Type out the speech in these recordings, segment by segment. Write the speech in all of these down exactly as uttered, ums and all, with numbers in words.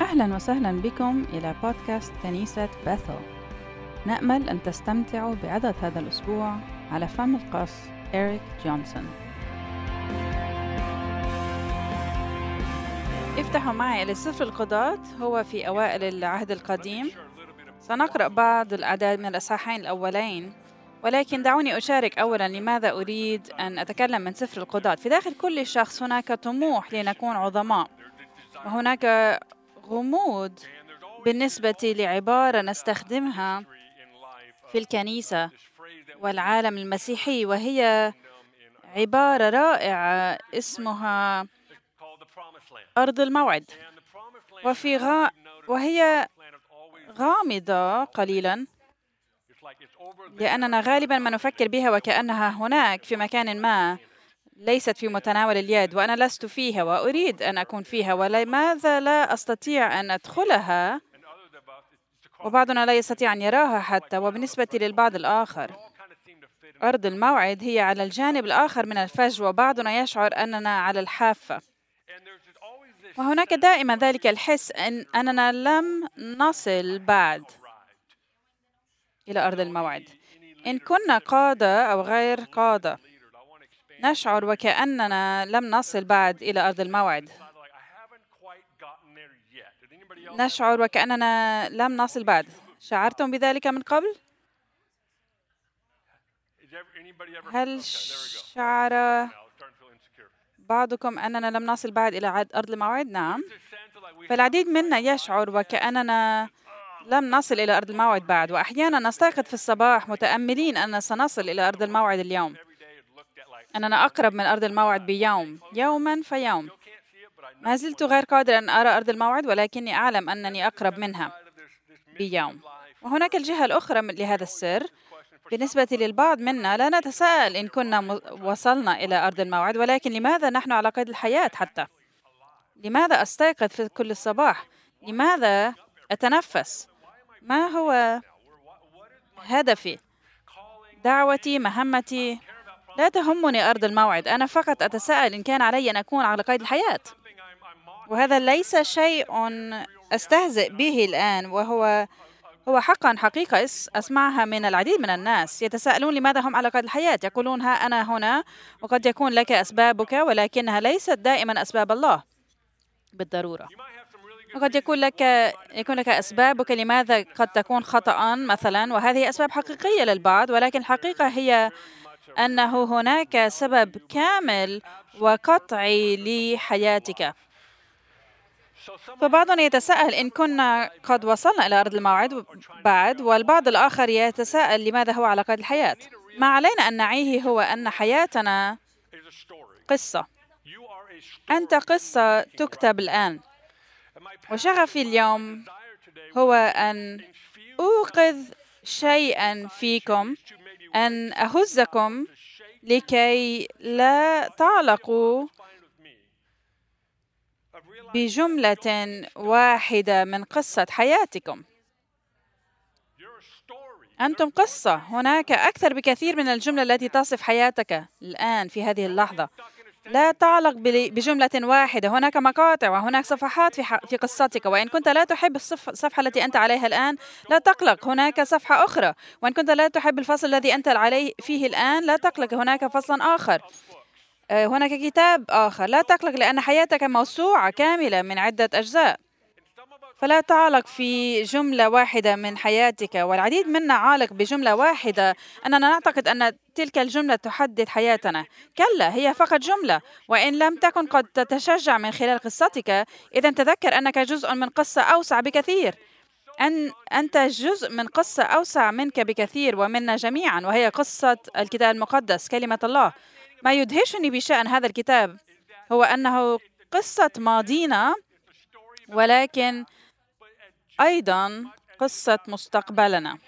أهلا وسهلا بكم إلى بودكاست كنيسة بيثل. نأمل أن تستمتعوا بعظة هذا الأسبوع على فم القس إريك جونسون. افتحوا معي إلى سفر القضاة، هو في أوائل العهد القديم. سنقرأ بعض الأعداد من الأصحاحين الأولين، ولكن دعوني أشارك أولا لماذا أريد أن أتكلم من سفر القضاة. في داخل كل شخص هناك طموح لنكون عظماء، وهناك غموض بالنسبة لعبارة نستخدمها في الكنيسة والعالم المسيحي، وهي عبارة رائعة اسمها أرض الموعد، وفي غا... وهي غامضة قليلا، لأننا غالبا ما نفكر بها وكأنها هناك في مكان ما، ليست في متناول اليد، وأنا لست فيها وأريد أن أكون فيها، ولماذا لا أستطيع أن أدخلها؟ وبعضنا لا يستطيع أن يراها حتى. وبالنسبة للبعض الآخر أرض الموعد هي على الجانب الآخر من الفجوة، وبعضنا يشعر أننا على الحافة، وهناك دائما ذلك الحس أن أننا لم نصل بعد إلى أرض الموعد. إن كنا قادة أو غير قادة نشعر وكأننا لم نصل بعد إلى أرض الموعد، نشعر وكأننا لم نصل بعد. شعرتم بذلك من قبل؟ هل شعر بعضكم أننا لم نصل بعد إلى أرض الموعد؟ نعم، فالعديد منا يشعر وكأننا لم نصل إلى أرض الموعد بعد، وأحيانا نستيقظ في الصباح متأملين أننا سنصل إلى أرض الموعد اليوم، أننا أقرب من أرض الموعد بيوم يوما فيوم. ما زلت غير قادر أن أرى أرض الموعد، ولكني أعلم أنني أقرب منها بيوم. وهناك الجهة الأخرى لهذا السر. بالنسبة للبعض منا لا نتساءل إن كنا وصلنا إلى أرض الموعد، ولكن لماذا نحن على قيد الحياة حتى؟ لماذا أستيقظ في كل الصباح؟ لماذا أتنفس؟ ما هو هدفي؟ دعوتي، مهمتي؟ لا تهمني أرض الموعد، أنا فقط أتساءل إن كان علي أن أكون على قيد الحياة. وهذا ليس شيء أستهزئ به الآن، وهو هو حقا حقيقة أسمعها من العديد من الناس، يتساءلون لماذا هم على قيد الحياة. يقولون ها أنا هنا، وقد يكون لك أسبابك، ولكنها ليست دائما أسباب الله بالضرورة. وقد يكون لك يكون لك أسبابك لماذا قد تكون خطأ مثلا، وهذه أسباب حقيقية للبعض، ولكن الحقيقة هي أنه هناك سبب كامل وقطعي لحياتك. فبعضنا يتساءل إن كنا قد وصلنا إلى أرض الموعد بعد، والبعض الآخر يتساءل لماذا هو على قيد الحياة. ما علينا أن نعيه هو أن حياتنا قصة، أنت قصة تكتب الآن. وشغفي اليوم هو أن أوقظ شيئا فيكم، أن أهزكم لكي لا تعلقوا بجملة واحدة من قصة حياتكم. أنتم قصة، هناك أكثر بكثير من الجملة التي تصف حياتك الآن في هذه اللحظة. لا تعلق بجملة واحدة، هناك مقاطع وهناك صفحات في في قصتك، وإن كنت لا تحب الصفحة التي أنت عليها الآن لا تقلق، هناك صفحة أخرى. وإن كنت لا تحب الفصل الذي أنت عليه فيه الآن لا تقلق، هناك فصل آخر، هناك كتاب آخر. لا تقلق، لأن حياتك موسوعة كاملة من عدة أجزاء. فلا تعلق في جملة واحدة من حياتك، والعديد منا عالق بجملة واحدة، أننا نعتقد أن تلك الجملة تحدد حياتنا. كلا، هي فقط جملة، وإن لم تكن قد تتشجع من خلال قصتك، إذن تذكر أنك جزء من قصة أوسع بكثير. أن أنت جزء من قصة أوسع منك بكثير ومنا جميعا، وهي قصة الكتاب المقدس كلمة الله. ما يدهشني بشأن هذا الكتاب هو أنه قصة ماضينا، ولكن أيضا قصة مستقبلنا.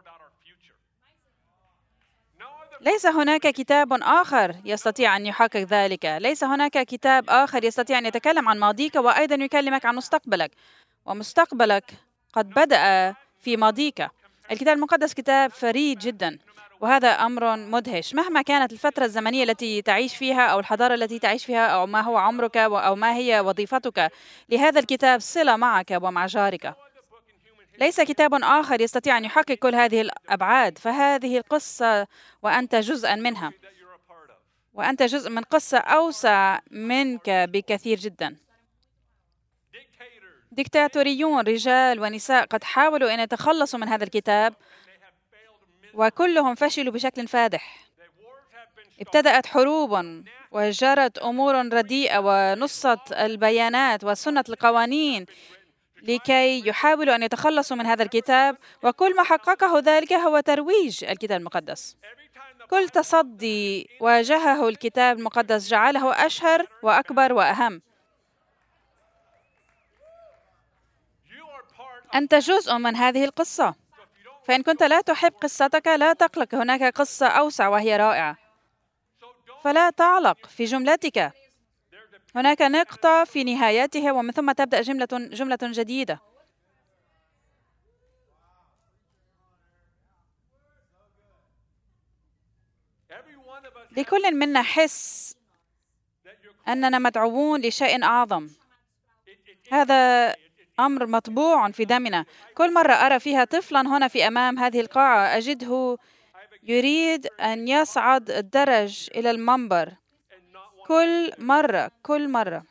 ليس هناك كتاب آخر يستطيع أن يحقق ذلك، ليس هناك كتاب آخر يستطيع أن يتكلم عن ماضيك وأيضا يكلمك عن مستقبلك، ومستقبلك قد بدأ في ماضيك. الكتاب المقدس كتاب فريد جدا، وهذا أمر مدهش. مهما كانت الفترة الزمنية التي تعيش فيها أو الحضارة التي تعيش فيها أو ما هو عمرك أو ما هي وظيفتك، لهذا الكتاب صلة معك ومع جارك. ليس كتاب آخر يستطيع أن يحقق كل هذه الأبعاد، فهذه القصة وأنت جزءا منها، وأنت جزء من قصة أوسع منك بكثير جدا. ديكتاتوريون رجال ونساء قد حاولوا أن يتخلصوا من هذا الكتاب وكلهم فشلوا بشكل فادح. ابتدأت حروب وجرت أمور رديئة ونصت البيانات وسنت القوانين لكي يحاولوا أن يتخلصوا من هذا الكتاب، وكل ما حققه ذلك هو ترويج الكتاب المقدس. كل تصدي واجهه الكتاب المقدس جعله أشهر وأكبر وأهم. أنت جزء من هذه القصة، فإن كنت لا تحب قصتك لا تقلق، هناك قصة أوسع وهي رائعة، فلا تعلق في جملتك. هناك نقطة في نهايتها ومن ثم تبدأ جملة جملة جديدة. لكل منا حس أننا مدعوون لشيء أعظم. هذا أمر مطبوع في دمنا. كل مرة أرى فيها طفلا هنا في أمام هذه القاعة أجده يريد أن يصعد الدرج إلى المنبر. كل مرة كل مرة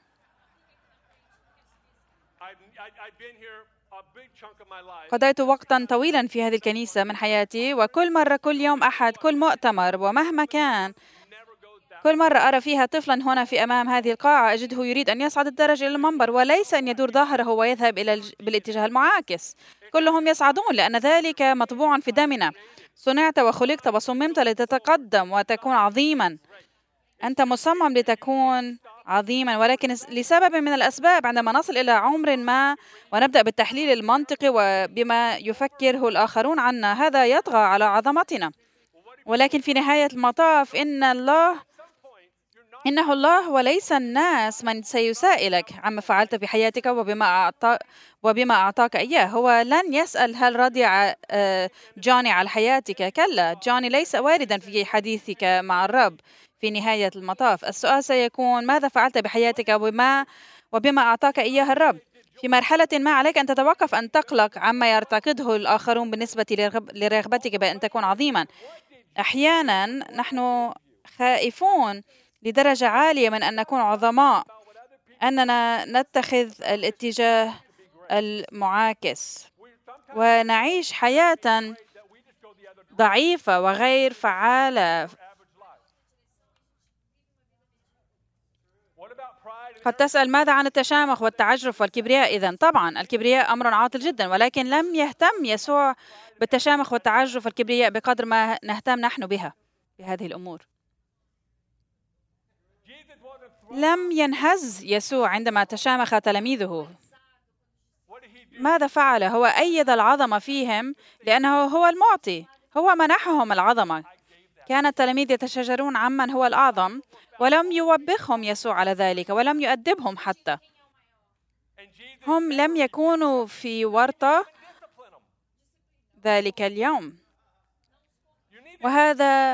قضيت وقتا طويلا في هذه الكنيسة من حياتي، وكل مرة كل يوم أحد كل مؤتمر ومهما كان كل مرة أرى فيها طفلا هنا في أمام هذه القاعة أجده يريد أن يصعد الدرج إلى المنبر، وليس أن يدور ظهره ويذهب إلى الج... بالاتجاه المعاكس. كلهم يصعدون لأن ذلك مطبوع في دمنا. صنعت وخلقت وصممت لتتقدم وتكون عظيما. أنت مصمم لتكون عظيما، ولكن لسبب من الأسباب عندما نصل إلى عمر ما ونبدأ بالتحليل المنطقي وبما يفكره الآخرون عنا، هذا يطغى على عظمتنا. ولكن في نهاية المطاف إن الله إنه الله وليس الناس من سيسائلك عما فعلت في حياتك وبما أعطى وبما أعطاك إياه. هو لن يسأل هل رضي جوني على حياتك. كلا، جوني ليس واردا في حديثك مع الرب. في نهاية المطاف السؤال سيكون ماذا فعلت بحياتك وبما وبما أعطاك إياه الرب. في مرحلة ما عليك أن تتوقف أن تقلق عما يعتقده الآخرون بالنسبة لرغبتك بأن تكون عظيما. أحيانا نحن خائفون لدرجة عالية من أن نكون عظماء أننا نتخذ الاتجاه المعاكس ونعيش حياة ضعيفة وغير فعالة. قد تسأل ماذا عن التشامخ والتعجرف والكبرياء؟ إذن طبعا الكبرياء أمر عاطل جدا، ولكن لم يهتم يسوع بالتشامخ والتعجرف والكبرياء بقدر ما نهتم نحن بها بهذه الأمور. لم ينهز يسوع عندما تشامخ تلاميذه. ماذا فعل؟ هو أيد العظمة فيهم لأنه هو المعطي، هو منحهم العظمة. كان التلاميذ يتشاجرون عمن هو الأعظم، ولم يوبخهم يسوع على ذلك ولم يؤدبهم حتى. هم لم يكونوا في ورطة ذلك اليوم، وهذا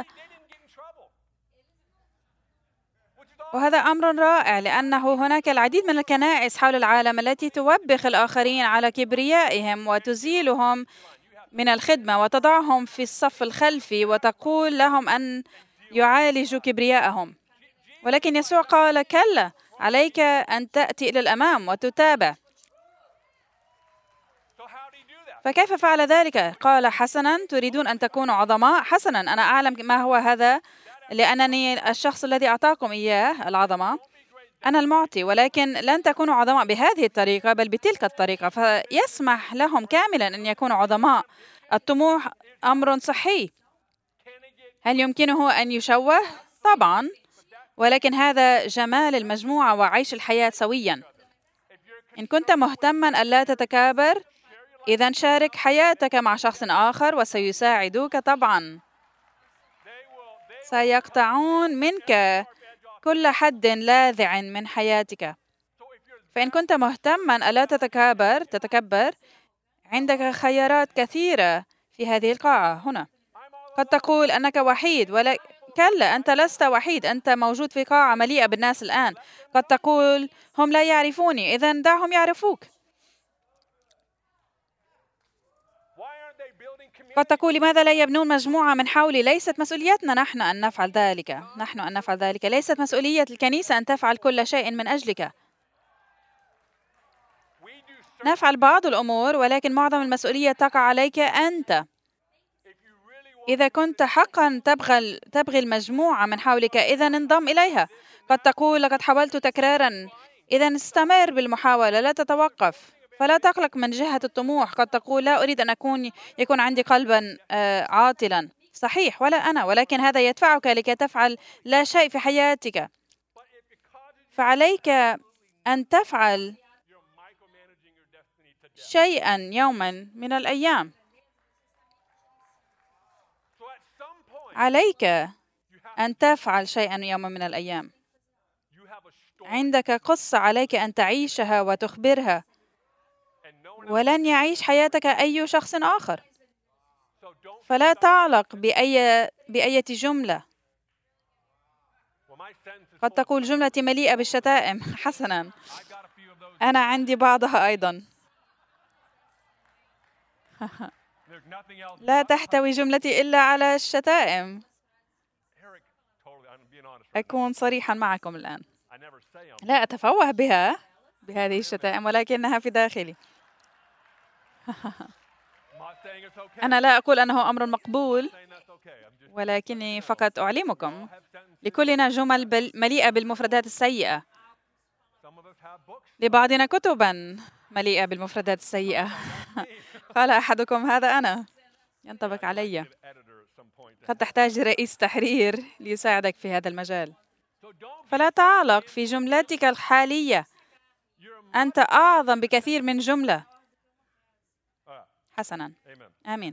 وهذا أمر رائع، لأنه هناك العديد من الكنائس حول العالم التي توبخ الآخرين على كبريائهم وتزيلهم من الخدمة وتضعهم في الصف الخلفي وتقول لهم أن يعالجوا كبريائهم. ولكن يسوع قال كلا، عليك أن تأتي إلى الأمام وتتابع. فكيف فعل ذلك؟ قال حسنا، تريدون أن تكونوا عظماء؟ حسنا، أنا أعلم ما هو هذا لأنني الشخص الذي أعطاكم إياه العظمة. أنا المعطي، ولكن لن تكونوا عظماء بهذه الطريقة بل بتلك الطريقة. فيسمح لهم كاملا أن يكونوا عظماء. الطموح أمر صحي. هل يمكنه أن يشوه؟ طبعا، ولكن هذا جمال المجموعة وعيش الحياة سويا. إن كنت مهتما ألا تتكابر، إذن شارك حياتك مع شخص آخر وسيساعدوك. طبعا سيقطعون منك كل حد لاذع من حياتك. فإن كنت مهتما ألا تتكابر تتكبر عندك خيارات كثيرة في هذه القاعة هنا. قد تقول أنك وحيد، ولا كلا، أنت لست وحيد، أنت موجود في قاعة مليئة بالناس الآن. قد تقول هم لا يعرفوني، إذن دعهم يعرفوك. قد تقول لماذا لا يبنون مجموعة من حولي؟ ليست مسؤوليتنا نحن أن نفعل ذلك، نحن أن نفعل ذلك، ليست مسؤولية الكنيسة أن تفعل كل شيء من أجلك. نفعل بعض الأمور، ولكن معظم المسؤولية تقع عليك أنت. إذا كنت حقا تبغى تبغي المجموعة من حولك، إذا انضم إليها. قد تقول لقد حاولت تكرارا، إذا استمر بالمحاولة، لا تتوقف، فلا تقلق من جهة الطموح. قد تقول لا أريد أن أكون يكون عندي قلبا عاطلا، صحيح، ولا أنا، ولكن هذا يدفعك لكي تفعل لا شيء في حياتك. فعليك أن تفعل شيئا يوما من الأيام. عليك أن تفعل شيئا يوما من الأيام. عندك قصة عليك أن تعيشها وتخبرها، ولن يعيش حياتك أي شخص آخر. فلا تعلق بأي بأية جملة. قد تقول جملتي مليئة بالشتائم. حسنا، أنا عندي بعضها أيضا. لا تحتوي جملتي إلا على الشتائم. أكون صريحا معكم الآن، لا أتفوه بها بهذه الشتائم، ولكنها في داخلي. أنا لا أقول أنه أمر مقبول، ولكني فقط أعلمكم لكلنا جمل مليئة بالمفردات السيئة. لبعضنا كتبا مليئة بالمفردات السيئة. قال أحدكم هذا أنا، ينطبق علي. قد تحتاج رئيس تحرير ليساعدك في هذا المجال. فلا تعلق في جملتك الحالية، أنت أعظم بكثير من جملة. حسنا، آمين.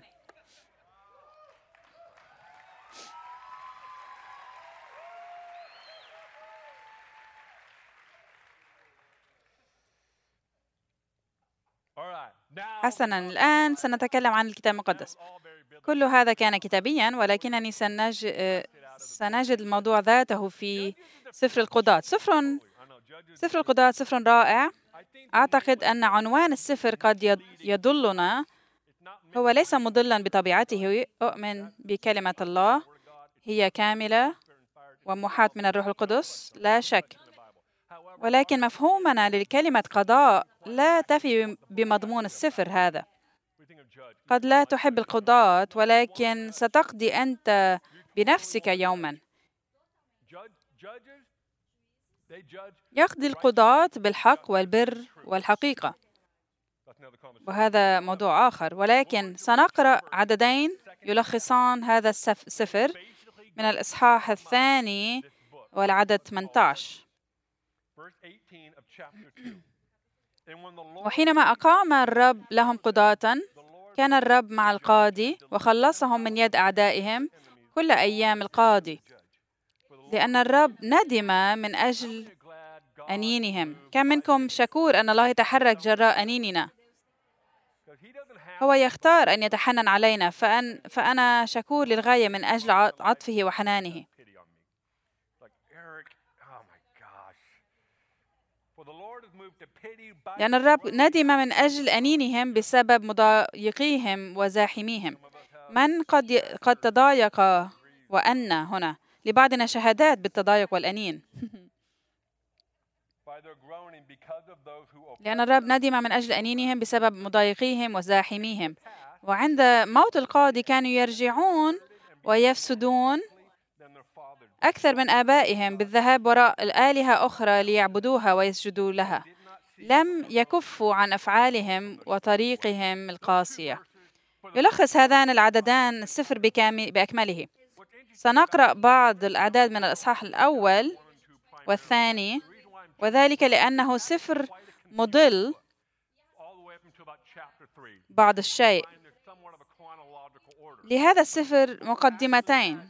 حسنا، الآن سنتكلم عن الكتاب المقدس. كل هذا كان كتابيا، ولكنني سنج... سنجد الموضوع ذاته في سفر القضاة. سفر سفر القضاة سفر رائع. أعتقد أن عنوان السفر قد يضلنا. هو ليس مضلا بطبيعته. أؤمن بكلمة الله، هي كاملة ومحاط من الروح القدس، لا شك. ولكن مفهومنا لكلمة قضاء لا تفي بمضمون السفر هذا. قد لا تحب القضاة، ولكن ستقضي أنت بنفسك يوما. يقضي القضاة بالحق والبر والحقيقة، وهذا موضوع آخر. ولكن سنقرأ عددين يلخصان هذا السفر من الإصحاح الثاني والعدد ثمانية عشر. وحينما أقام الرب لهم قضاة، كان الرب مع القاضي وخلصهم من يد أعدائهم كل أيام القاضي، لأن الرب ندم من أجل أنينهم. كم منكم شكور أن الله يتحرك جراء أنيننا؟ هو يختار أن يتحنن علينا، فأن فأنا شكور للغاية من أجل عطفه وحنانه. لأن الرب ندم من أجل أنينهم بسبب مضايقيهم وزاحميهم. من قد قد تضايق وأن هنا لبعضنا شهادات بالتضايق والأنين. لأن الرب ندم من أجل أنينهم بسبب مضايقيهم وزاحميهم. وعند موت القاضي كانوا يرجعون ويفسدون أكثر من آبائهم بالذهاب وراء الآلهة أخرى ليعبدوها ويسجدوا لها. لم يكفوا عن أفعالهم وطريقهم القاسية. يلخص هذان العددان السفر بأكمله. سنقرأ بعض الأعداد من الإصحاح الأول والثاني، وذلك لأنه سفر مضل بعض الشيء. لهذا السفر مقدمتين.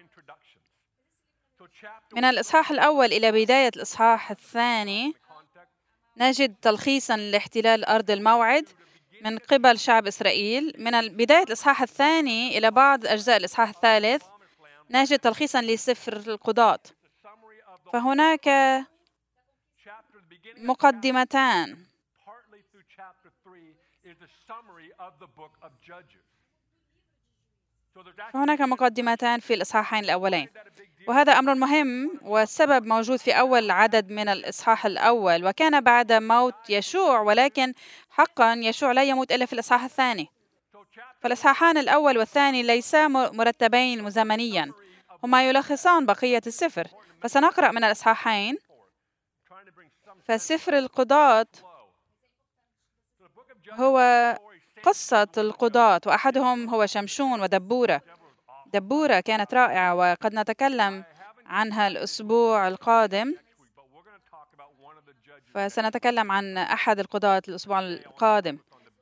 من الإصحاح الأول إلى بداية الإصحاح الثاني نجد تلخيصا لاحتلال أرض الموعد من قبل شعب إسرائيل. من بداية الإصحاح الثاني إلى بعض أجزاء الإصحاح الثالث نجد تلخيصا لسفر القضاة. فهناك مقدمتان. فهناك مقدمتان في الإصحاحين الأولين، وهذا أمر مهم، والسبب موجود في أول عدد من الإصحاح الأول. وكان بعد موت يشوع، ولكن حقا يشوع لا يموت إلا في الإصحاح الثاني. فالإصحاحان الأول والثاني ليسا مرتبين زمنيا، هما يلخصان بقية السفر. فسنقرأ من الإصحاحين. فسفر القضاة هو قصة القضاة، وأحدهم هو شمشون ودبورة. دبورة كانت رائعة، وقد نتكلم عنها الأسبوع القادم. فسنتكلم عن أحد القضاة الأسبوع القادم.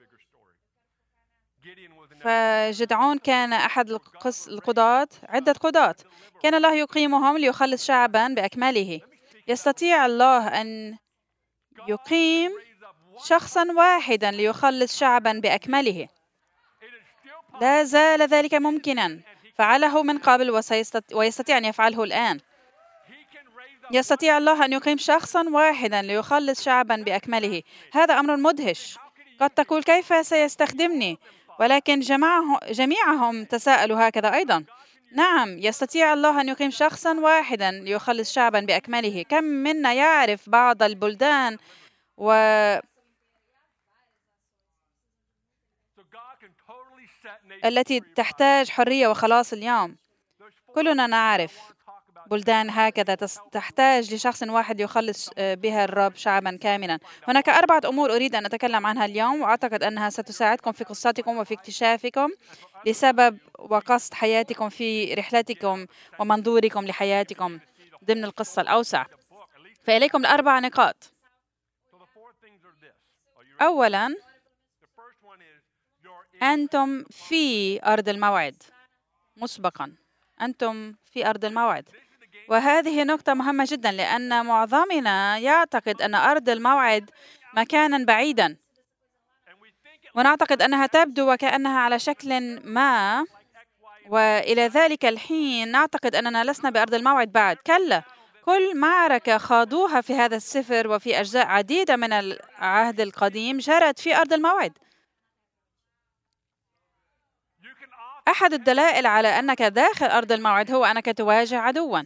فجدعون كان أحد القضاة، عدة قضاة كان الله يقيمهم ليخلص شعبا بأكمله. يستطيع الله أن يقيم شخصا واحدا ليخلص شعبا بأكمله. لا زال ذلك ممكنا، فعله من قبل ويستطيع أن يفعله الآن. يستطيع الله أن يقيم شخصا واحدا ليخلص شعبا بأكمله. هذا أمر مدهش. قد تقول كيف سيستخدمني؟ ولكن جميعهم تساءلوا هكذا أيضا. نعم، يستطيع الله أن يقيم شخصا واحدا ليخلص شعبا بأكمله. كم منا يعرف بعض البلدان و التي تحتاج حرية وخلاص اليوم؟ كلنا نعرف بلدان هكذا تحتاج لشخص واحد يخلص بها الرب شعبا كاملا. هناك أربعة أمور أريد أن أتكلم عنها اليوم، وأعتقد أنها ستساعدكم في قصتكم وفي اكتشافكم لسبب وقصد حياتكم في رحلتكم ومنظوركم لحياتكم ضمن القصة الأوسع. فإليكم الأربع نقاط. أولا، أنتم في أرض الموعد مسبقا. أنتم في أرض الموعد، وهذه نقطة مهمة جدا، لأن معظمنا يعتقد أن أرض الموعد مكانا بعيدا، ونعتقد أنها تبدو وكأنها على شكل ما، وإلى ذلك الحين نعتقد أننا لسنا بأرض الموعد بعد. كلا، كل معركة خاضوها في هذا السفر وفي أجزاء عديدة من العهد القديم جرت في أرض الموعد. أحد الدلائل على أنك داخل أرض الموعد هو أنك تواجه عدوا.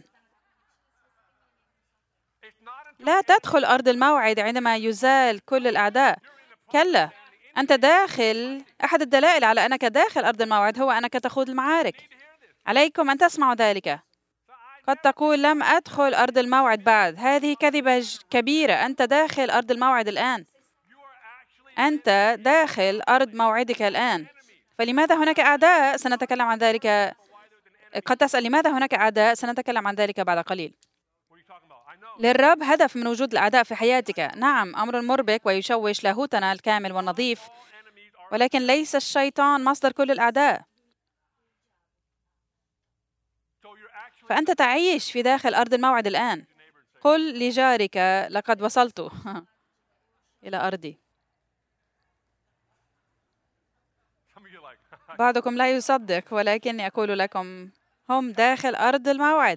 لا تدخل أرض الموعد عندما يزال كل الأعداء. كلا، أنت داخل. أحد الدلائل على أنك داخل أرض الموعد هو أنك تخوض المعارك. عليكم أن تسمعوا ذلك. قد تقول لم أدخل أرض الموعد بعد. هذه كذبة كبيرة. أنت داخل أرض الموعد الآن. أنت داخل أرض موعدك الآن. فلماذا هناك أعداء؟ سنتكلم عن ذلك. قد تسأل لماذا هناك أعداء؟ سنتكلم عن ذلك بعد قليل. للرب هدف من وجود الأعداء في حياتك. نعم، أمر مربك ويشوش لاهوتنا الكامل والنظيف، ولكن ليس الشيطان مصدر كل الأعداء. فأنت تعيش في داخل أرض الموعد الآن. قل لجارك لقد وصلت إلى أرضي. بعضكم لا يصدق، ولكني أقول لكم هم داخل أرض الموعد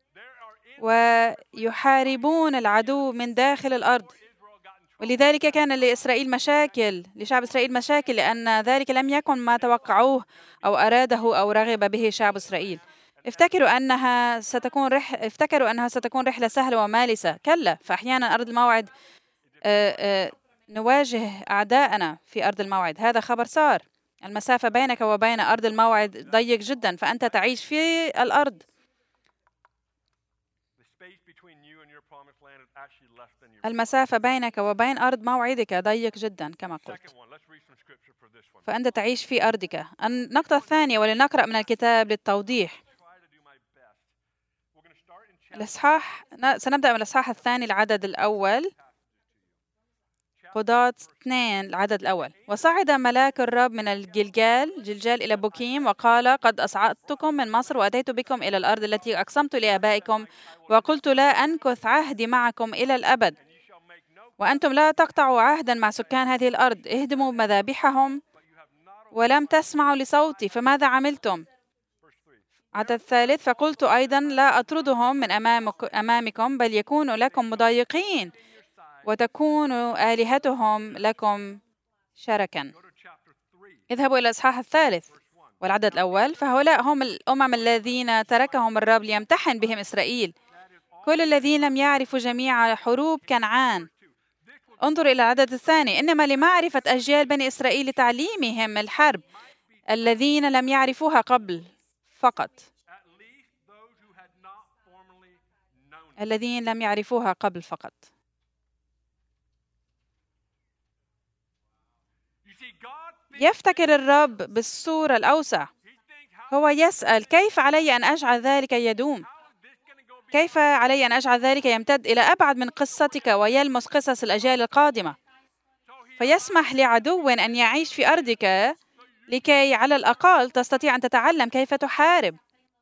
ويحاربون العدو من داخل الأرض. ولذلك كان لإسرائيل مشاكل، لشعب إسرائيل مشاكل، لأن ذلك لم يكن ما توقعوه أو أراده أو رغب به شعب إسرائيل. افتكروا أنها ستكون رح... افتكروا أنها ستكون رحلة سهلة ومالسة. كلا، فأحيانا أرض الموعد آآ آآ نواجه أعداءنا في أرض الموعد. هذا خبر صار. المسافة بينك وبين أرض الموعد ضيق جدا، فأنت تعيش في الأرض. المسافة بينك وبين أرض موعدك ضيق جدا كما قلت، فأنت تعيش في أرضك. النقطة الثانية، ولنقرأ من الكتاب للتوضيح. الإصحاح سنبدأ من الإصحاح الثاني العدد الأول. قضاة اثنين العدد الأول. وصعد ملاك الرب من الجلجال جلجال إلى بوكيم وقال: قد أصعدتكم من مصر وأتيت بكم إلى الأرض التي أقسمت لآبائكم، وقلت لا أنكث عهدي معكم إلى الأبد، وأنتم لا تقطعوا عهدا مع سكان هذه الأرض، اهدموا مذابحهم ولم تسمعوا لصوتي، فماذا عملتم؟ عدد الثالث: فقلت أيضا لا أطردهم من أمامك أمامكم، بل يكونوا لكم مضايقين وتكون آلهتهم لكم شركا. اذهبوا إلى الإصحاح الثالث والعدد الأول: فهؤلاء هم الأمم الذين تركهم الرب ليمتحن بهم إسرائيل، كل الذين لم يعرفوا جميع حروب كنعان. انظر إلى العدد الثاني: إنما لمعرفة أجيال بني إسرائيل لتعليمهم الحرب الذين لم يعرفوها قبل فقط. الذين لم يعرفوها قبل فقط. يفتكر الرب بالصورة الأوسع. هو يسأل: كيف علي أن أجعل ذلك يدوم؟ كيف علي أن أجعل ذلك يمتد إلى أبعد من قصتك ويلمس قصص الأجيال القادمة؟ فيسمح لعدو أن يعيش في أرضك لكي على الأقل تستطيع أن تتعلم كيف تحارب،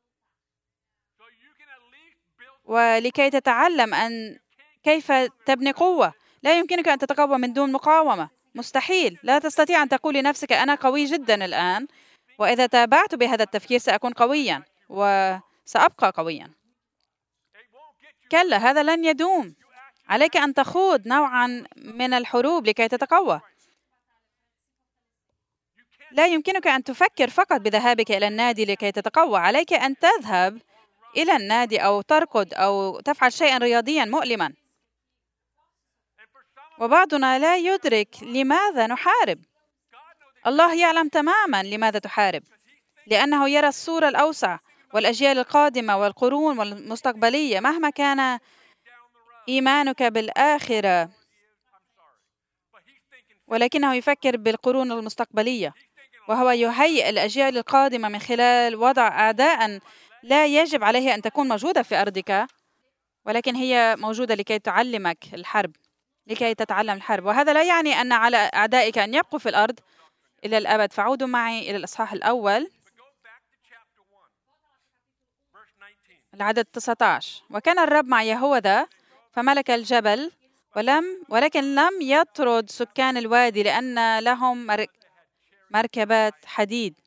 ولكي تتعلم أن كيف تبني قوة. لا يمكنك أن تتقوى من دون مقاومة، مستحيل. لا تستطيع أن تقول لنفسك أنا قوي جدا الآن، وإذا تابعت بهذا التفكير سأكون قويا وسأبقى قويا. كلا، هذا لن يدوم. عليك أن تخوض نوعا من الحروب لكي تتقوى. لا يمكنك أن تفكر فقط بذهابك إلى النادي لكي تتقوى. عليك أن تذهب إلى النادي أو تركض أو تفعل شيئا رياضيا مؤلما. وبعضنا لا يدرك لماذا نحارب. الله يعلم تماما لماذا تحارب، لأنه يرى الصورة الأوسع والأجيال القادمة والقرون والمستقبلية. مهما كان إيمانك بالآخرة، ولكنه يفكر بالقرون المستقبلية، وهو يهيئ الأجيال القادمة من خلال وضع أعداء لا يجب عليها أن تكون موجودة في أرضك، ولكن هي موجودة لكي تعلمك الحرب، لكي تتعلم الحرب. وهذا لا يعني أن على أعدائك أن يبقوا في الأرض إلى الأبد. فعودوا معي إلى الإصحاح الأول العدد تسعة عشر: وكان الرب مع يهوذا فملك الجبل، ولم ولكن لم يطرد سكان الوادي لأن لهم مركبات حديد.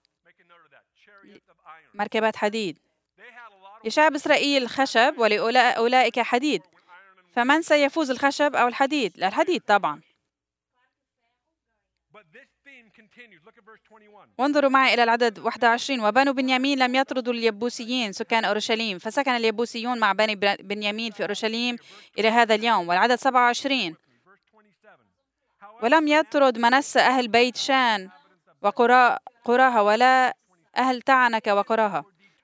مركبات حديد لشعب إسرائيل خشب، ولأولئك حديد. فمن سيفوز، الخشب أو الحديد؟ لا، الحديد طبعا. وانظروا معي إلى العدد واحد وعشرين: وبنو بنيامين لم يطردوا اليبوسيين سكان أورشليم، فسكن اليبوسيون مع بني بنيامين في أورشليم إلى هذا اليوم. والعدد سبعة وعشرين: ولم يطرد منسى أهل بيت شان وقراها، ولا أهل تعنك وقراها.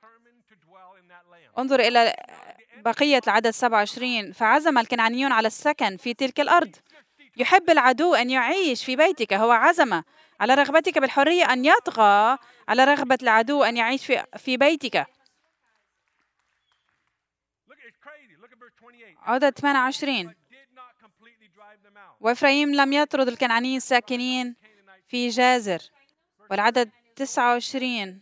انظر إلى بقية العدد سبعة وعشرين: فعزم الكنعانيون على السكن في تلك الأرض. يحب العدو أن يعيش في بيتك. هو عزم على رغبتك بالحرية أن يطغى على رغبة العدو أن يعيش في في بيتك. عدد ثمانية وعشرين: وإفرايم لم يطرد الكنعانيين الساكنين في جازر. والعدد تسعة وعشرين: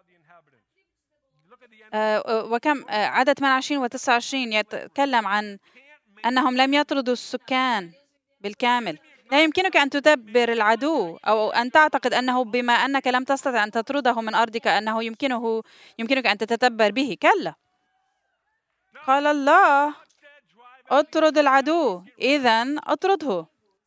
آه وكم آه عدد ثمانية وعشرين وتسعة وعشرين يتكلم عن أنهم لم يطردوا السكان بالكامل. لا يمكنك أن تدبر العدو أو أن تعتقد أنه بما أنك لم تستطع أن تطرده من أرضك أنه يمكنه يمكنك أن تتدبر به. كلا، قال الله: اطرد العدو، إذن اطرده.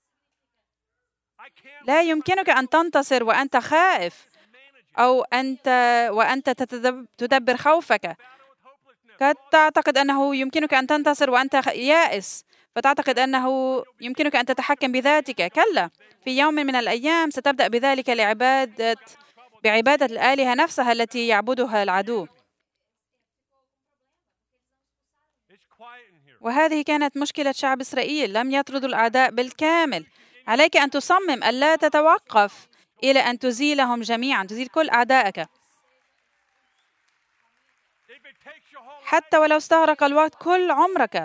لا يمكنك أن تنتصر وأنت خائف، أو أنت وأنت تدبر خوفك. قد تعتقد أنه يمكنك أن تنتصر وأنت يائس، فتعتقد أنه يمكنك أن تتحكم بذاتك. كلا، في يوم من الأيام ستبدأ بذلك لعبادة بعبادة الآلهة نفسها التي يعبدها العدو. وهذه كانت مشكلة شعب إسرائيل، لم يطردوا الأعداء بالكامل. عليك أن تصمم ألا تتوقف إلى أن تزيلهم جميعا، تزيل كل أعدائك، حتى ولو استغرق الوقت كل عمرك.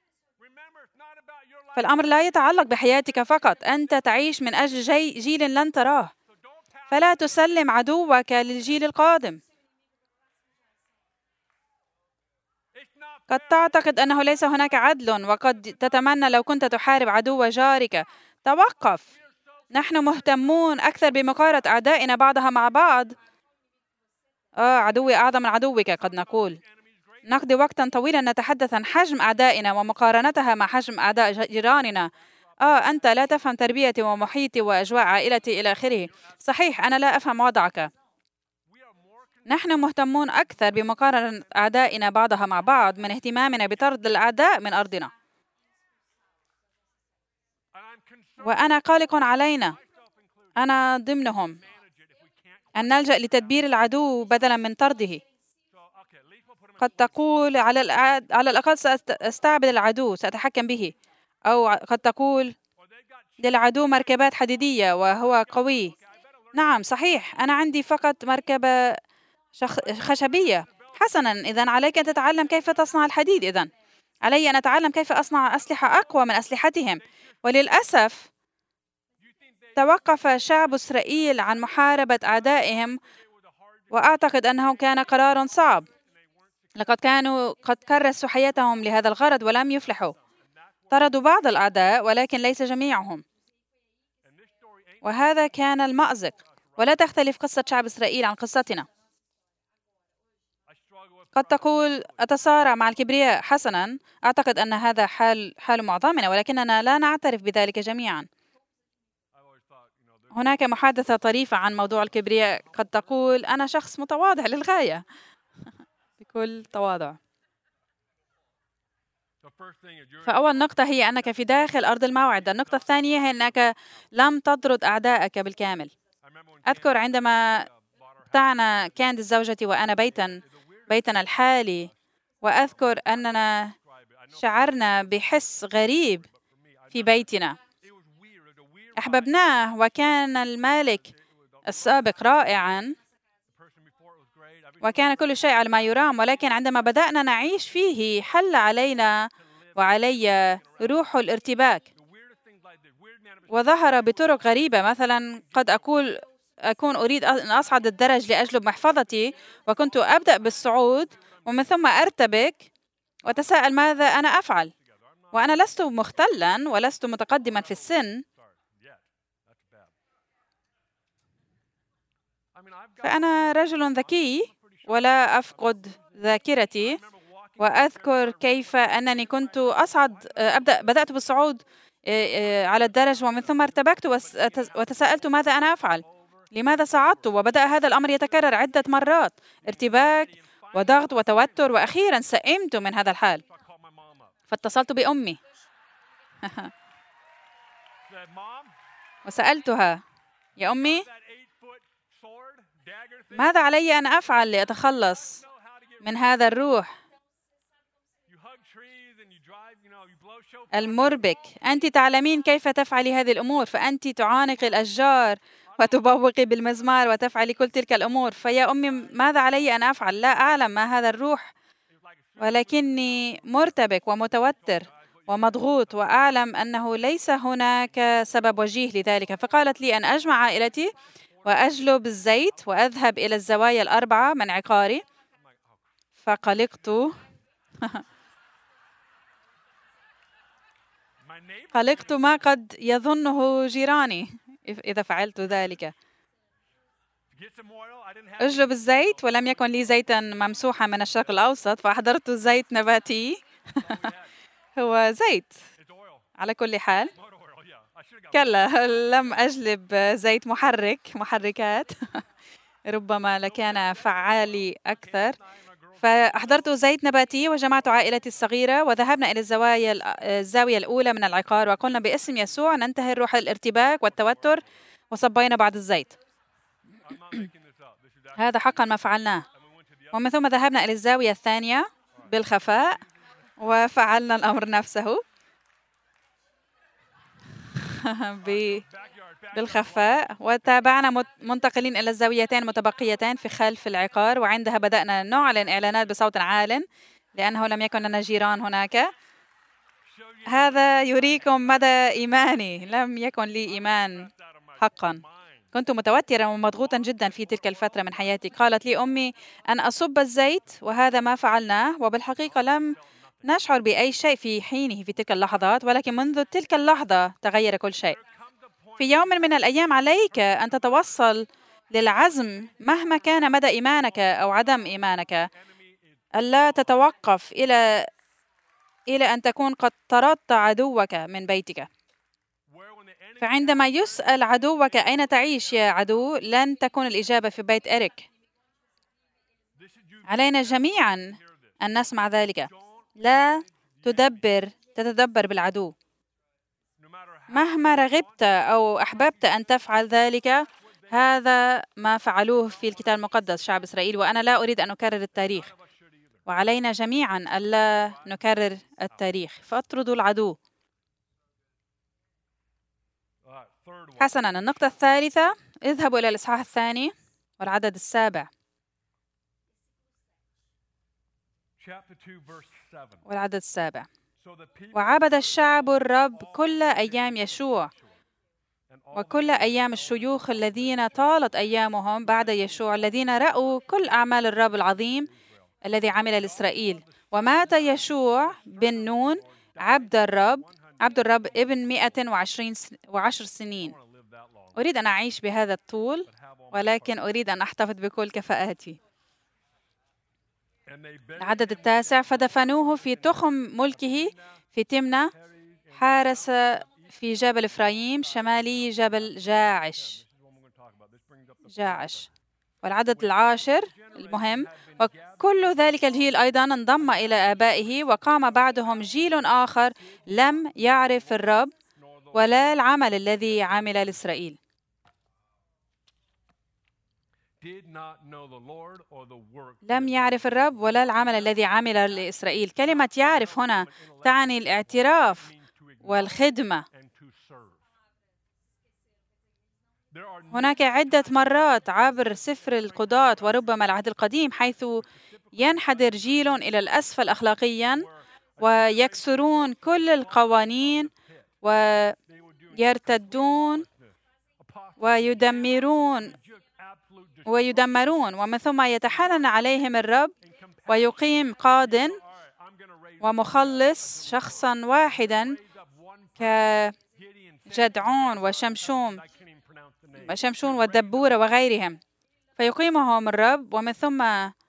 فالأمر لا يتعلق بحياتك فقط، أنت تعيش من أجل جي جيل لن تراه. فلا تسلم عدوك للجيل القادم. قد تعتقد أنه ليس هناك عدل، وقد تتمنى لو كنت تحارب عدو جارك. توقف. نحن مهتمون أكثر بمقارنة أعدائنا بعضها مع بعض. آه عدوي أعظم من عدوك، قد نقول. نقضي وقتا طويلا نتحدث عن حجم أعدائنا ومقارنتها مع حجم أعداء جيراننا. آه أنت لا تفهم تربيتي ومحيطي وأجواء عائلتي إلى آخره. صحيح، أنا لا أفهم وضعك. نحن مهتمون أكثر بمقارنة أعدائنا بعضها مع بعض من اهتمامنا بطرد الأعداء من أرضنا. وأنا قلق علينا، أنا ضمنهم، أن نلجأ لتدبير العدو بدلا من طرده. قد تقول على الأعد... على الأقل سأستعبد العدو، سأتحكم به. أو قد تقول للعدو مركبات حديدية وهو قوي. نعم صحيح، أنا عندي فقط مركبة شخ... خشبية. حسنا، إذن عليك أن تتعلم كيف تصنع الحديد. إذن علي أن أتعلم كيف أصنع أسلحة أقوى من أسلحتهم. وللأسف توقف شعب إسرائيل عن محاربة أعدائهم، وأعتقد أنه كان قرار صعب. لقد كانوا قد كرسوا حياتهم لهذا الغرض ولم يفلحوا. طردوا بعض الأعداء ولكن ليس جميعهم، وهذا كان المأزق. ولا تختلف قصة شعب إسرائيل عن قصتنا. قد تقول أتصارع مع الكبرياء. حسنا، أعتقد أن هذا حال حال معظمنا، ولكننا لا نعترف بذلك جميعا. هناك محادثة طريفة عن موضوع الكبرياء. قد تقول أنا شخص متواضع للغاية بكل تواضع. فأول نقطة هي أنك في داخل أرض الموعد. النقطة الثانية هي أنك لم تطرد أعدائك بالكامل. أذكر عندما ابتعنا كانديس زوجتي وأنا بيتا بيتنا الحالي، وأذكر أننا شعرنا بحس غريب في بيتنا. أحببناه وكان المالك السابق رائعا وكان كل شيء على ما يرام، ولكن عندما بدأنا نعيش فيه حل علينا وعلي روح الارتباك، وظهر بطرق غريبة. مثلا قد أقول أكون أريد أن أصعد الدرج لأجلب محفظتي، وكنت أبدأ بالصعود ومن ثم أرتبك وأتساءل ماذا أنا أفعل، وأنا لست مختلا ولست متقدما في السن. فأنا رجل ذكي ولا أفقد ذاكرتي، وأذكر كيف أنني كنت أصعد أبدأ بدأت بالصعود على الدرج ومن ثم ارتبكت وتساءلت ماذا أنا أفعل، لماذا صعدت؟ وبدأ هذا الأمر يتكرر عدة مرات، ارتباك وضغط وتوتر، وأخيرا سئمت من هذا الحال فاتصلت بأمي وسألتها: يا أمي، ماذا علي أن أفعل لأتخلص من هذا الروح المربك؟ أنت تعلمين كيف تفعلي هذه الأمور، فأنت تعانقي الأشجار وتبوقي بالمزمار وتفعلي كل تلك الأمور. فيا أمي، ماذا علي أن أفعل؟ لا أعلم ما هذا الروح، ولكني مرتبك ومتوتر ومضغوط، وأعلم أنه ليس هناك سبب وجيه لذلك. فقالت لي أن أجمع عائلتي وأجلب الزيت وأذهب إلى الزوايا الأربعة من عقاري. فقلقت قلقت ما قد يظنه جيراني إذا فعلت ذلك. أجلب الزيت ولم يكن لي زيتا ممسوحا من الشرق الأوسط، فأحضرت زيت نباتي هو زيت على كل حال. كلا، لم أجلب زيت محرك محركات ربما لكان فعالي أكثر. فأحضرت زيت نباتي وجمعت عائلتي الصغيرة وذهبنا إلى الزوايا الزاوية الأولى من العقار، وقلنا باسم يسوع ننتهي روح الارتباك والتوتر، وصبينا بعض الزيت. هذا حقا ما فعلناه. ومن ثم ذهبنا إلى الزاوية الثانية بالخفاء وفعلنا الأمر نفسه بالخفاء، وتابعنا منتقلين إلى الزاويتين متبقيتين في خلف العقار، وعندها بدأنا نعلن إعلانات بصوت عال لأنه لم يكن لنا جيران هناك. هذا يريكم مدى إيماني، لم يكن لي إيمان حقا. كنت متوترة ومضغوطا جدا في تلك الفترة من حياتي. قالت لي أمي أن أصب الزيت، وهذا ما فعلناه، وبالحقيقة لم نشعر بأي شيء في حينه في تلك اللحظات، ولكن منذ تلك اللحظة تغير كل شيء. في يوم من الأيام عليك أن تتوصل للعزم مهما كان مدى إيمانك أو عدم إيمانك، ألا تتوقف إلى إلى أن تكون قد طردت عدوك من بيتك. فعندما يسأل عدوك أين تعيش يا عدو، لن تكون الإجابة في بيت إريك. علينا جميعا أن نسمع ذلك. لا تدبر تتدبر بالعدو. مهما رغبت أو أحببت أن تفعل ذلك، هذا ما فعلوه في الكتاب المقدس شعب إسرائيل، وأنا لا أريد أن أكرر التاريخ، وعلينا جميعا ألا نكرر التاريخ. فاطردوا العدو. حسنا، النقطة الثالثة، اذهبوا إلى الإصحاح الثاني والعدد السابع والعدد السابع. وعبد الشعب الرب كل أيام يشوع وكل أيام الشيوخ الذين طالت أيامهم بعد يشوع، الذين رأوا كل أعمال الرب العظيم الذي عمل لإسرائيل. ومات يشوع بن نون عبد الرب عبد الرب ابن مئة وعشرين وعشر سنين. أريد أن أعيش بهذا الطول، ولكن أريد أن أحتفظ بكل كفاءاتي. العدد التاسع. فدفنوه في تخم ملكه في تمنة حارس في جبل إفرايم شمالي جبل جاعش جاعش والعدد العاشر المهم. وكل ذلك الجيل أيضا انضم إلى آبائه، وقام بعدهم جيل آخر لم يعرف الرب ولا العمل الذي عمل لإسرائيل. لم يعرف الرب ولا العمل الذي عمل لإسرائيل. كلمة يعرف هنا تعني الاعتراف والخدمة. هناك عدة مرات عبر سفر القضاة وربما العهد القديم حيث ينحدر جيل إلى الأسفل أخلاقياً ويكسرون كل القوانين ويرتدون ويدمرون ويدمرون ومن ثم يتحنن عليهم الرب ويقيم قاضٍ ومخلص شخصاً واحداً كجدعون وشمشون وشمشون والدبورة وغيرهم، فيقيمهم الرب ومن ثم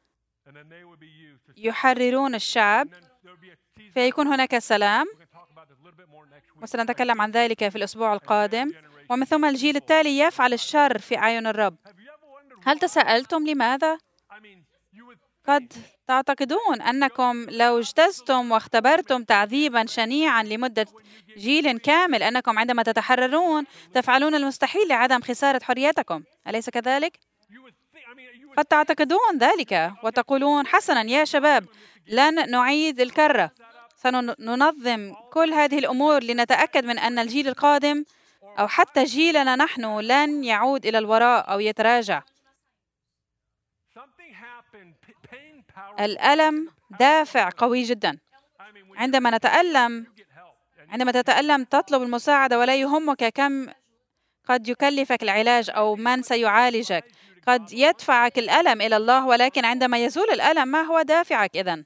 يحررون الشعب، فيكون هناك سلام، وسنتكلم عن ذلك في الأسبوع القادم. ومن ثم الجيل التالي يفعل الشر في أعين الرب. هل تساءلتم لماذا؟ قد تعتقدون أنكم لو اجتزتم واختبرتم تعذيبا شنيعا لمدة جيل كامل أنكم عندما تتحررون تفعلون المستحيل لعدم خسارة حريتكم، أليس كذلك؟ قد تعتقدون ذلك وتقولون حسنا يا شباب، لن نعيد الكرة، سننظم كل هذه الأمور لنتأكد من أن الجيل القادم أو حتى جيلنا نحن لن يعود إلى الوراء أو يتراجع. الألم دافع قوي جدا. عندما نتألم عندما تتألم تطلب المساعدة ولا يهمك كم قد يكلفك العلاج أو من سيعالجك. قد يدفعك الألم إلى الله، ولكن عندما يزول الألم ما هو دافعك إذن؟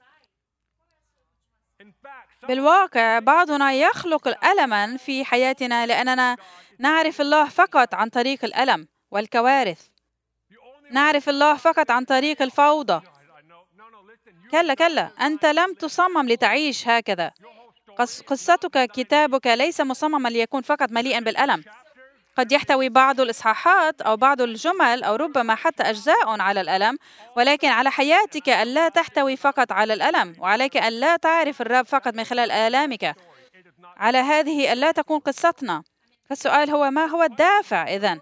بالواقع بعضنا يخلق ألما في حياتنا لأننا نعرف الله فقط عن طريق الألم والكوارث. نعرف الله فقط عن طريق الفوضى. كلا كلا، أنت لم تصمم لتعيش هكذا. قصتك كتابك ليس مصمما ليكون فقط مليئا بالألم. قد يحتوي بعض الإصحاحات أو بعض الجمل أو ربما حتى أجزاء على الألم، ولكن على حياتك ألا تحتوي فقط على الألم، وعليك ألا تعرف الرب فقط من خلال آلامك. على هذه ألا تكون قصتنا. فالسؤال هو ما هو الدافع إذن؟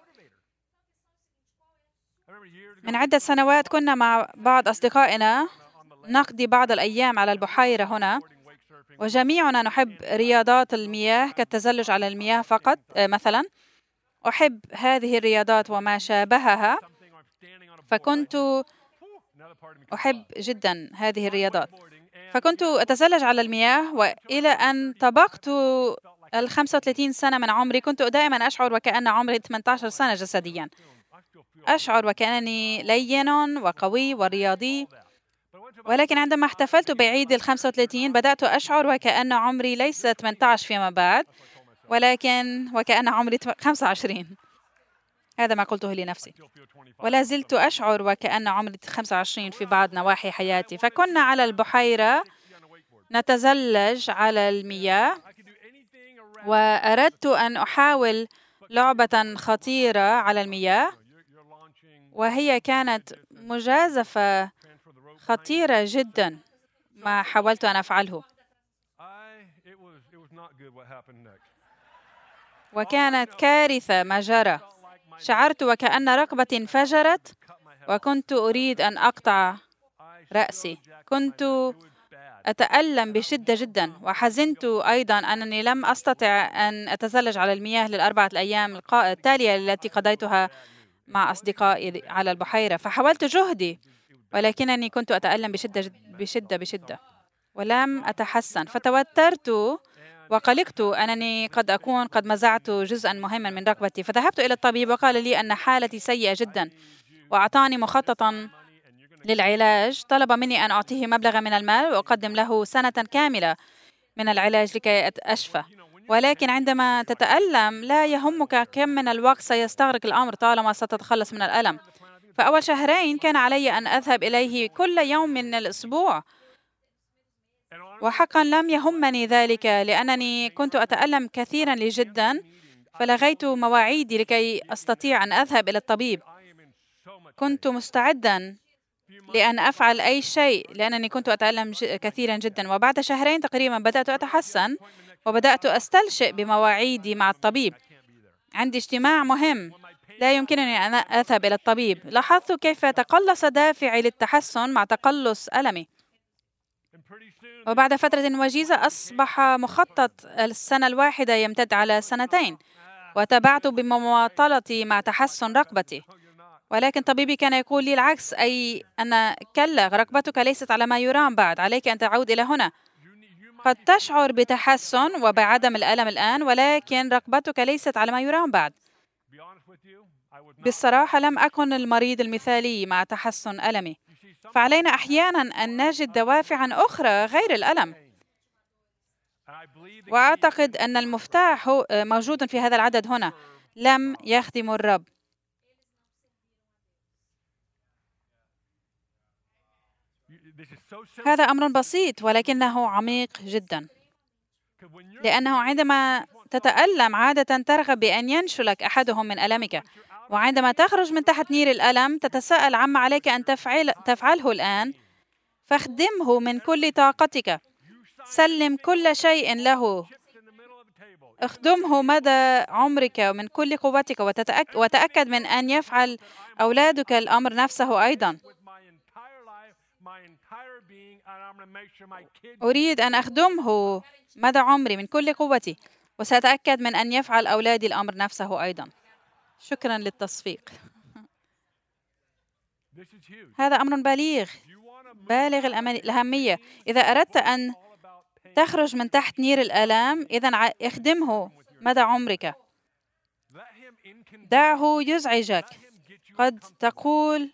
من عدة سنوات كنا مع بعض أصدقائنا نقضي بعض الأيام على البحيرة هنا، وجميعنا نحب رياضات المياه كالتزلج على المياه فقط مثلا. أحب هذه الرياضات وما شابهها، فكنت أحب جدا هذه الرياضات. فكنت أتزلج على المياه، وإلى أن طبقت ال خمسة وثلاثين سنة من عمري كنت دائما أشعر وكأن عمري ثمانية عشر سنة جسديا. أشعر وكأنني لين وقوي ورياضي، ولكن عندما احتفلت بعيد ال خمسة وثلاثين بدأت أشعر وكأن عمري ليس ثمانية عشر فيما بعد، ولكن وكأن عمري خمسة وعشرين. هذا ما قلته لنفسي، ولا زلت أشعر وكأن عمري خمسة وعشرين في بعض نواحي حياتي. فكنا على البحيرة نتزلج على المياه، وأردت أن أحاول لعبة خطيرة على المياه، وهي كانت مجازفة خطيرة جدا ما حاولت أن أفعله، وكانت كارثة ما جرى. شعرت وكأن رقبتي انفجرت، وكنت أريد أن أقطع رأسي. كنت أتألم بشدة جدا، وحزنت أيضا أنني لم أستطع أن أتزلج على المياه للأربعة الأيام التالية التي قضيتها مع أصدقائي على البحيرة. فحاولت جهدي، ولكنني كنت أتألم بشدة بشدة بشدة ولم أتحسن. فتوترت وقلقت أنني قد أكون قد مزعت جزءا مهما من ركبتي. فذهبت إلى الطبيب وقال لي أن حالتي سيئة جدا، وأعطاني مخططا للعلاج. طلب مني أن أعطيه مبلغا من المال وأقدم له سنة كاملة من العلاج لكي أشفى. ولكن عندما تتألم لا يهمك كم من الوقت سيستغرق الأمر طالما ستتخلص من الألم. فأول شهرين كان علي أن أذهب إليه كل يوم من الأسبوع، وحقا لم يهمني ذلك لأنني كنت أتألم كثيرا جدا. فلغيت مواعيدي لكي أستطيع أن أذهب إلى الطبيب. كنت مستعدا لأن أفعل أي شيء لأنني كنت أتألم كثيرا جدا. وبعد شهرين تقريبا بدأت أتحسن، وبدأت أستلشئ بمواعيدي مع الطبيب. عندي اجتماع مهم لا يمكنني أن أذهب إلى الطبيب. لاحظت كيف تقلص دافعي للتحسن مع تقلص ألمي. وبعد فترة وجيزة أصبح مخطط السنة الواحدة يمتد على سنتين، وتابعت بمماطلتي مع تحسن ركبتي. ولكن طبيبي كان يقول لي العكس، أي أن كلا، ركبتك ليست على ما يرام بعد، عليك أن تعود إلى هنا. قد تشعر بتحسن وبعدم الألم الآن، ولكن ركبتك ليست على ما يرام بعد. بالصراحة لم أكن المريض المثالي مع تحسن ألمي، فعلينا أحيانا أن نجد دوافعا أخرى غير الألم. وأعتقد أن المفتاح موجود في هذا العدد هنا: لم يخدموا الرب. هذا أمر بسيط ولكنه عميق جدا، لأنه عندما تتألم عادة ترغب بأن ينشلك أحدهم من ألمك، وعندما تخرج من تحت نير الألم تتساءل عما عليك أن تفعل تفعله الآن. فاخدمه من كل طاقتك، سلم كل شيء له، اخدمه مدى عمرك ومن كل قوتك، وتتأك... وتأكد من أن يفعل أولادك الأمر نفسه أيضا. أريد أن أخدمه مدى عمري من كل قوتي، وسأتأكد من أن يفعل أولادي الأمر نفسه أيضا. شكرا للتصفيق. هذا أمر بليغ بالغ الأهمية. إذا أردت أن تخرج من تحت نير الآلام، إذن اخدمه مدى عمرك. دعه يزعجك. قد تقول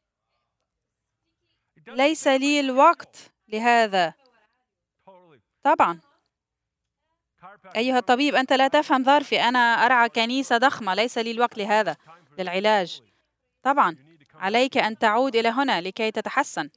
ليس لي الوقت لهذا. طبعا أيها الطبيب، أنت لا تفهم ظرفي. أنا أرعى كنيسة ضخمة، ليس لي الوقت لهذا، للعلاج. طبعا عليك أن تعود إلى هنا لكي تتحسن.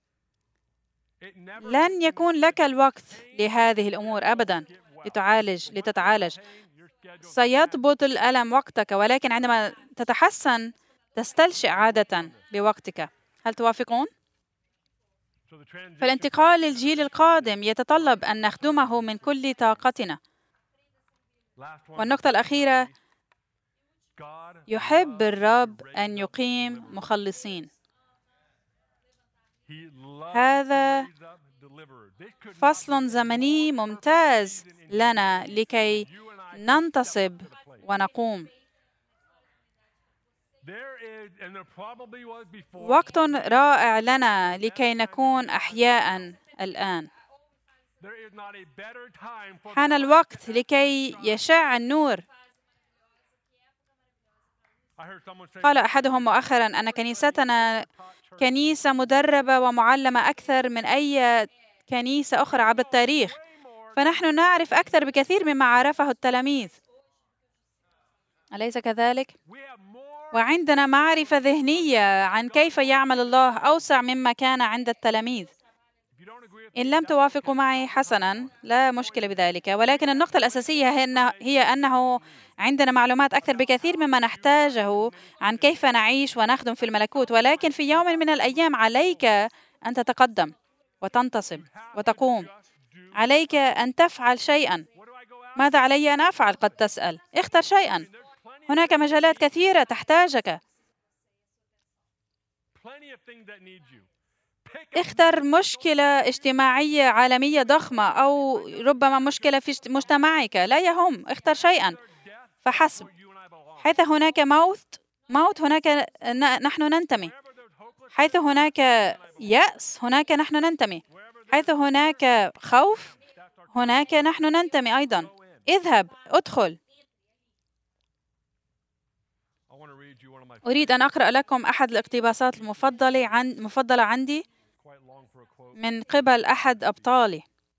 لن يكون لك الوقت لهذه الأمور أبدا لتعالج لتتعالج. سيضبط الألم وقتك، ولكن عندما تتحسن تستلشئ عادة بوقتك. هل توافقون؟ فالانتقال للجيل القادم يتطلب أن نخدمه من كل طاقتنا. والنقطة الأخيرة: يحب الرب أن يقيم مخلصين. هذا فصل زمني ممتاز لنا لكي ننتصب ونقوم. وقت رائع لنا لكي نكون أحياء الآن. حان الوقت لكي يشع النور. قال أحدهم مؤخرا أن كنيستنا كنيسة مدربة ومعلمة أكثر من أي كنيسة أخرى عبر التاريخ، فنحن نعرف أكثر بكثير مما عرفه التلاميذ، أليس كذلك؟ وعندنا معرفة ذهنية عن كيف يعمل الله أوسع مما كان عند التلاميذ. إن لم توافقوا معي حسناً، لا مشكلة بذلك، ولكن النقطة الأساسية هي أنه عندنا معلومات أكثر بكثير مما نحتاجه عن كيف نعيش ونخدم في الملكوت. ولكن في يوم من الأيام عليك أن تتقدم وتنتصب وتقوم. عليك أن تفعل شيئاً. ماذا علي أن أفعل؟ قد تسأل. اختر شيئاً. هناك مجالات كثيرة تحتاجك. اختر مشكلة اجتماعية عالمية ضخمة، أو ربما مشكلة في مجتمعك، لا يهم، اختر شيئا فحسب. حيث هناك موت موت هناك نحن ننتمي. حيث هناك يأس هناك نحن ننتمي. حيث هناك خوف هناك نحن ننتمي أيضا. اذهب، ادخل. أريد أن أقرأ لكم أحد الاقتباسات المفضلة عن مفضلة عندي من قبل أحد أبطالي.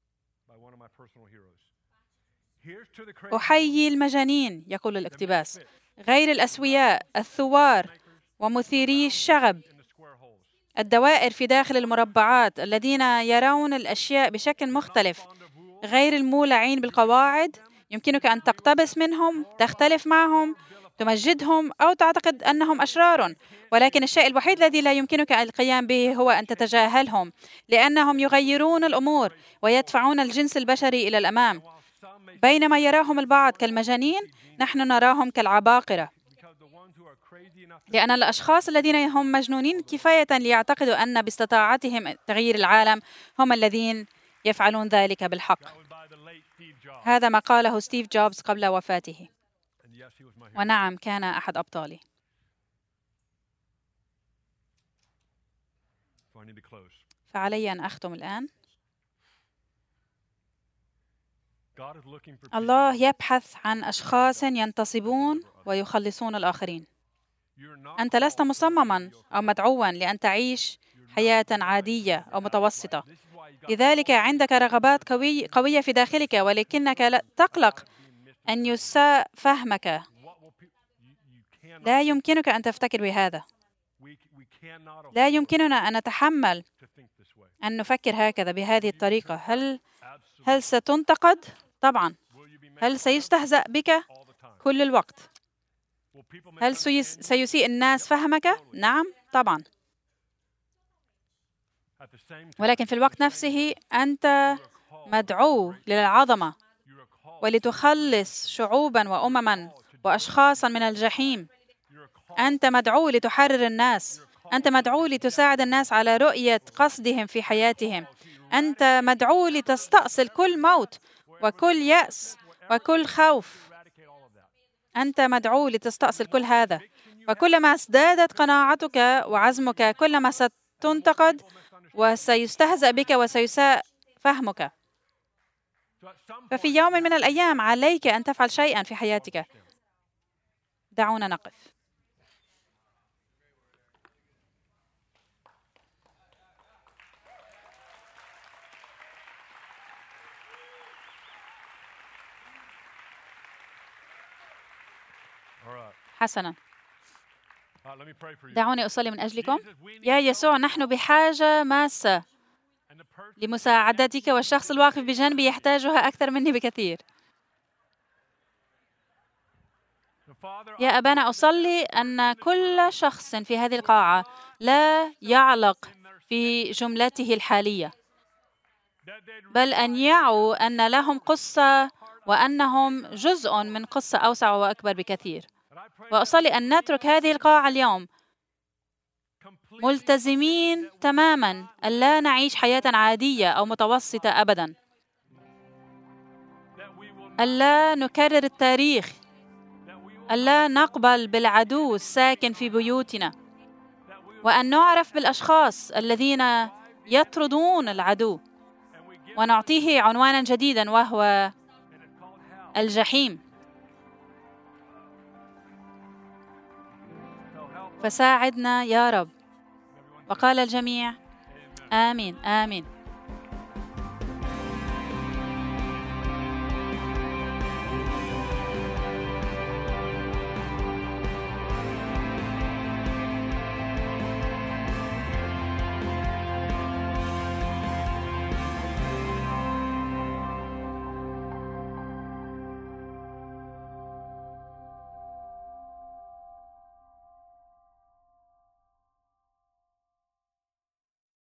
أحيي المجانين، يقول الاقتباس، غير الأسوياء، الثوار ومثيري الشغب، الدوائر في داخل المربعات الذين يرون الأشياء بشكل مختلف، غير المولعين بالقواعد. يمكنك أن تقتبس منهم، تختلف معهم، تمجدهم أو تعتقد أنهم أشرار، ولكن الشيء الوحيد الذي لا يمكنك القيام به هو أن تتجاهلهم، لأنهم يغيرون الأمور ويدفعون الجنس البشري إلى الأمام. بينما يراهم البعض كالمجانين، نحن نراهم كالعباقرة، لأن الأشخاص الذين هم مجنونين كفاية ليعتقدوا أن باستطاعتهم تغيير العالم هم الذين يفعلون ذلك بالحق. هذا ما قاله ستيف جوبز قبل وفاته، ونعم كان أحد أبطالي. فعلي أن أختم الآن. الله يبحث عن أشخاص ينتصبون ويخلصون الآخرين. أنت لست مصمما أو مدعوا لأن تعيش حياة عادية أو متوسطة، لذلك عندك رغبات قوي قوية في داخلك، ولكنك لا تقلق أن يساء فهمك. لا يمكنك أن تفتكر بهذا. لا يمكننا أن نتحمل أن نفكر هكذا بهذه الطريقة. هل هل ستنتقد؟ طبعا. هل سيستهزأ بك كل الوقت؟ هل سيسيء الناس فهمك؟ نعم طبعا. ولكن في الوقت نفسه أنت مدعو للعظمة ولتخلص شعوبا وأمما وأشخاصا من الجحيم. أنت مدعو لتحرر الناس. أنت مدعو لتساعد الناس على رؤية قصدهم في حياتهم. أنت مدعو لتستأصل كل موت وكل يأس وكل خوف. أنت مدعو لتستأصل كل هذا، وكلما ازدادت قناعتك وعزمك كلما ستنتقد وسيستهزأ بك وسيساء فهمك. ففي يوم من الأيام عليك أن تفعل شيئا في حياتك. دعونا نقف. حسنا، دعوني أصلي من أجلكم. يا يسوع، نحن بحاجة ماسة لمساعدتك، والشخص الواقف بجانبي يحتاجها أكثر مني بكثير. يا أبانا، أصلي أن كل شخص في هذه القاعة لا يعلق في جملته الحالية، بل أن يعوا أن لهم قصة وأنهم جزء من قصة أوسع وأكبر بكثير. وأصلي أن نترك هذه القاعة اليوم ملتزمين تماما أن لا نعيش حياة عادية أو متوسطة أبدا، ألا نكرر التاريخ، ألا نقبل بالعدو الساكن في بيوتنا، وأن نعرف بالأشخاص الذين يطردون العدو، ونعطيه عنوانا جديدا وهو الجحيم. فساعدنا يا رب. وقال الجميع آمين آمين.